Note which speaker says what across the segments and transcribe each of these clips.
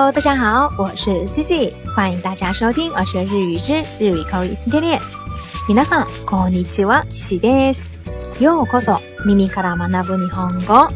Speaker 1: Hello， 大家好，我是 CC， 欢迎大家收听我学日语之日语口语天天练。皆さんこんにちは、CCです。ようこそ耳から学ぶ日本語。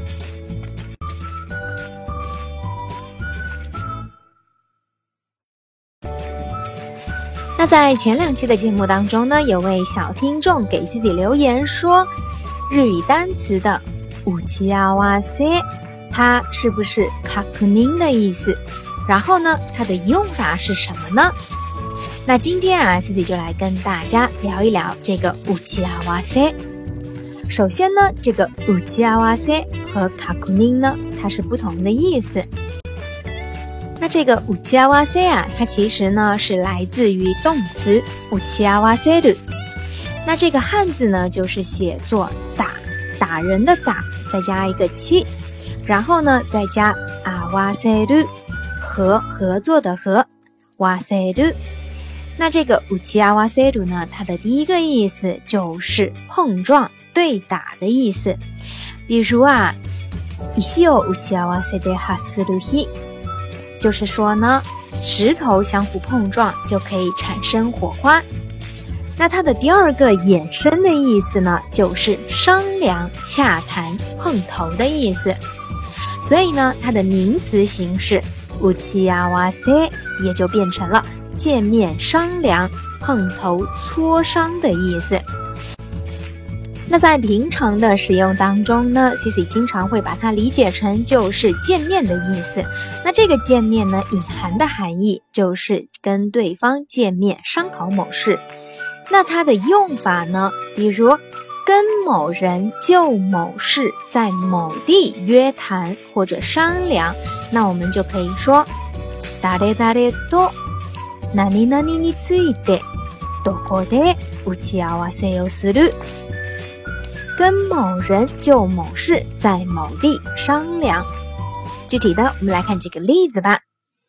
Speaker 1: 那在前2期的节目当中呢，有位小听众给自己留言说，日语单词的打ち合わせ，它是不是確認的意思？然后呢，它的用法是什么呢？那今天啊 ，CC 就来跟大家聊一聊这个打ち合わせ。首先呢，这个打ち合わせ和確認呢，它是不同的意思。那这个打ち合わせ啊，它其实呢是来自于动词打ち合わせる。那这个汉字呢，就是写作打人的打，再加一个七，然后呢再加合わせる，合作的合，わせる。那这个打ち合わせる呢，它的第一个意思就是碰撞、对打的意思。比如啊，石を打ち合わせて発する火，就是说呢，石头相互碰撞就可以产生火花。那它的第二个衍生的意思呢，就是商量、洽谈、碰头的意思。所以呢，它的名词形式打ち合わせ也就变成了见面商量、碰头磋商的意思。那在平常的使用当中呢 ，CC 经常会把它理解成就是见面的意思。那这个见面呢，隐含的含义就是跟对方见面商讨某事。那它的用法呢，比如跟某人就某事在某地约談或者商量，那我们就可以说誰々と何々についてどこで打ち合わせをする。跟某人就某事在某地商量。具体的我们来看几个例子吧。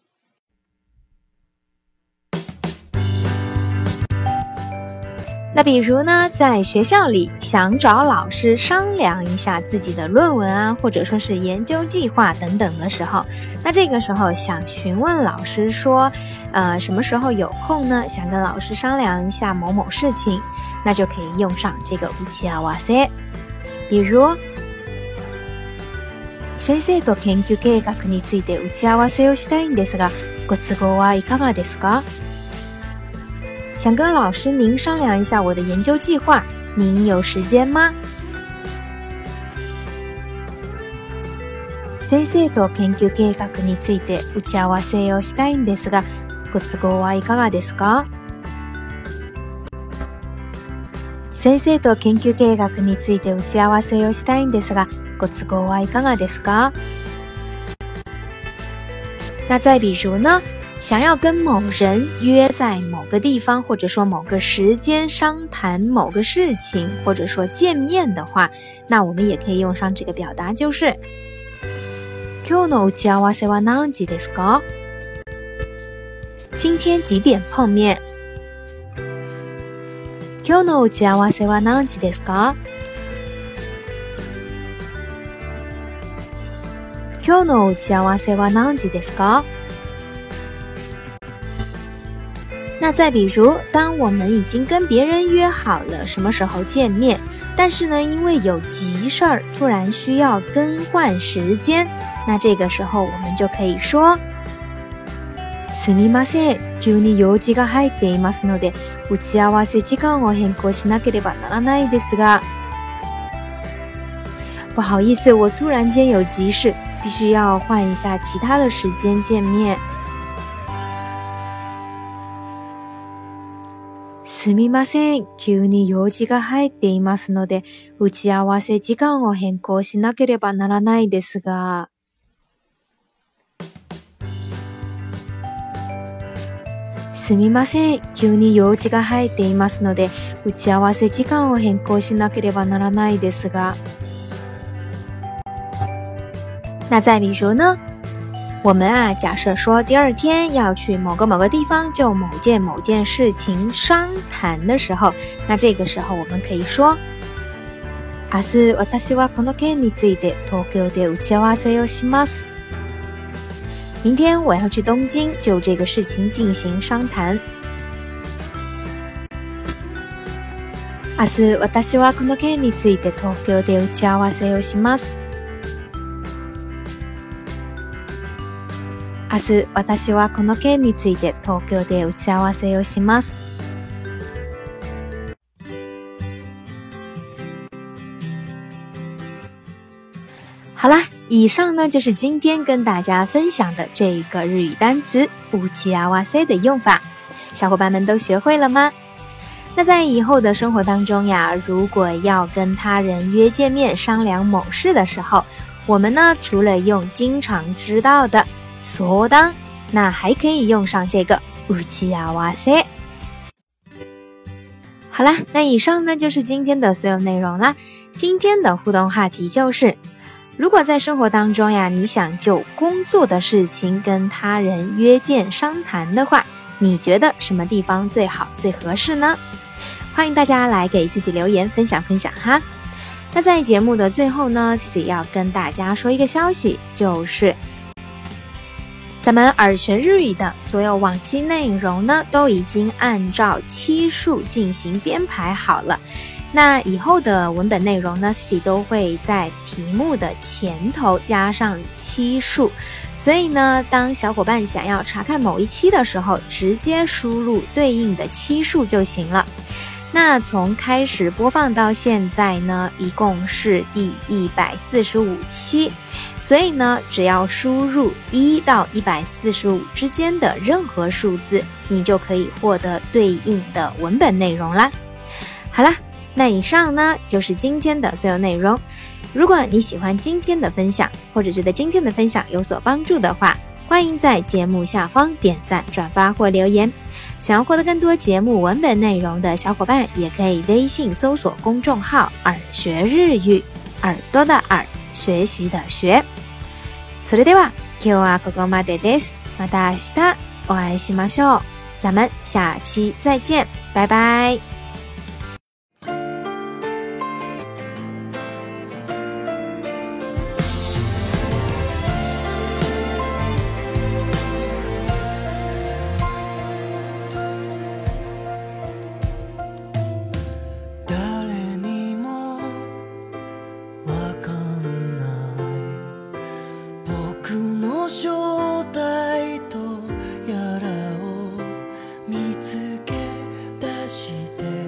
Speaker 1: 那比如呢，在学校里想找老师商量一下自己的论文啊，或者说是研究计划等等的時候，那这个时候想询问老师说什么时候有空呢，想跟老师商量一下某某事情，那就可以用上这个打ち合わせ。比如先生と研究計画について打ち合わせをしたいんですが、ご都合はいかがですか？想跟老师您商量一下我的研究计划，您有时间吗？先生と研究計画について打ち合わせをしたいんですが、ご都合はいかがですか？先生と研究計画について打ち合わせをしたいんですが、ご都合はいかがですか？那再比如呢，想要跟某人约在某个地方，或者说某个时间商谈某个事情，或者说见面的话，那我们也可以用上这个表达，就是今日の打ち合わせは何時ですか？今天几点碰面？今日の打ち合わせは何時ですか？今日の打ち合わせは何時ですか？那再比如，当我们已经跟别人约好了什么时候见面，但是呢，因为有急事儿，突然需要更換时间，那这个时候我们就可以说すみません、急に用事が入っていますので、打ち合わせ時間を変更しなければならないですが。不好意思，我突然间有急事，必须要换一下其他的时间见面。すみません、急に用事が入っていますので、打ち合わせ時間を変更しなければならないですが。すみません、急に用事が入っていますので、打ち合わせ時間を変更しなければならないですが。那再比如呢，我们啊，假设说第二天要去某个地方就某件事情商谈的时候，那这个时候我们可以说明日私はこの件について東京で打ち合わせをします。 明天我要去东京，就这个事情进行商谈。明日私はこの件について東京で打ち合わせをします。明日私はこの件について東京で打ち合わせをします。好啦，以上呢就是今天跟大家分享的这一个日语单词打ち合わせ的用法，小伙伴们都学会了吗？那在以后的生活当中呀，如果要跟他人约见面商量某事的时候，我们呢除了用经常知道的相談，那还可以用上这个打ち合わせ。好啦，那以上呢就是今天的所有内容啦。今天的互动话题就是，如果在生活当中呀，你想就工作的事情跟他人约见商谈的话，你觉得什么地方最好最合适呢？欢迎大家来给自己留言分享分享哈。那在节目的最后呢，自己要跟大家说一个消息，就是咱们耳学日语的所有往期内容呢，都已经按照期数进行编排好了。那以后的文本内容呢，自己都会在题目的前头加上期数，所以呢，当小伙伴想要查看某一期的时候，直接输入对应的期数就行了。那从开始播放到现在呢，一共是第145期，所以呢，只要输入1到145之间的任何数字，你就可以获得对应的文本内容啦。好啦，那以上呢就是今天的所有内容。如果你喜欢今天的分享，或者觉得今天的分享有所帮助的话，欢迎在节目下方点赞、转发或留言。想要获得更多节目文本内容的小伙伴，也可以微信搜索公众号耳学日语，耳朵的耳，学习的学。それでは今日はここまでです。また明日お会いしましょう。咱们下期再见，拜拜。
Speaker 2: 見つけ出して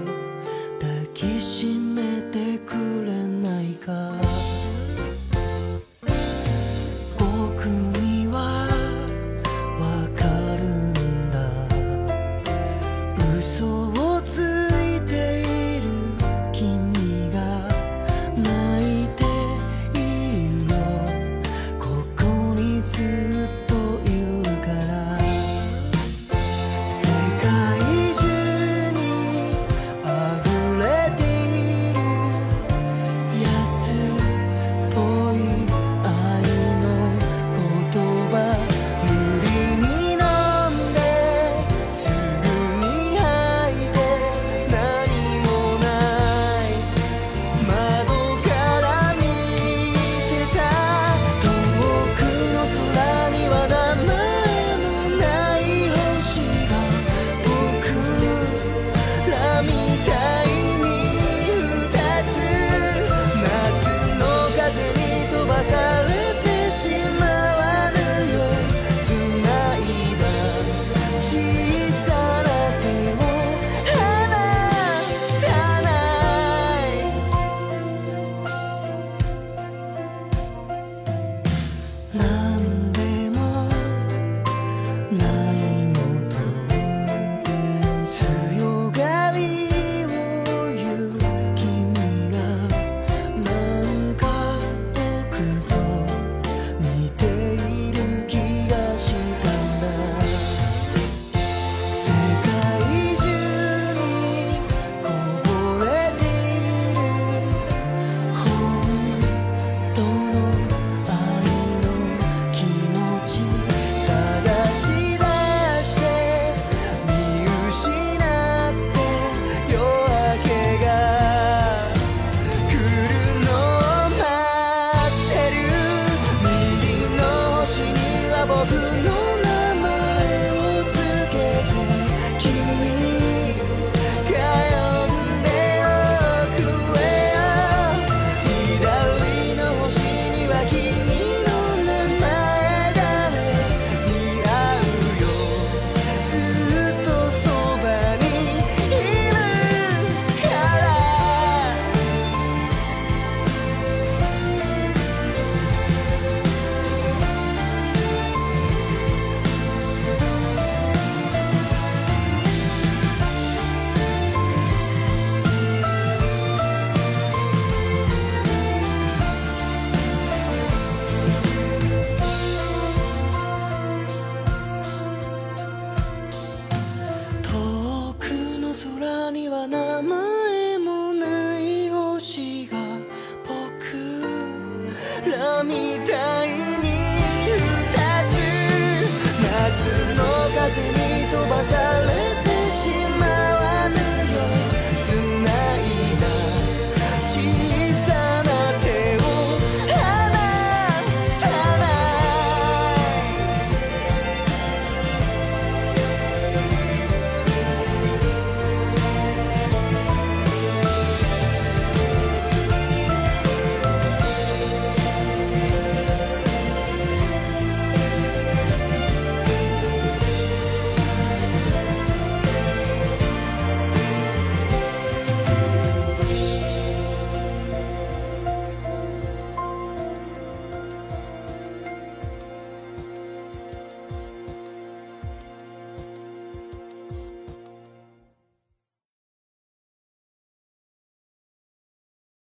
Speaker 2: 那么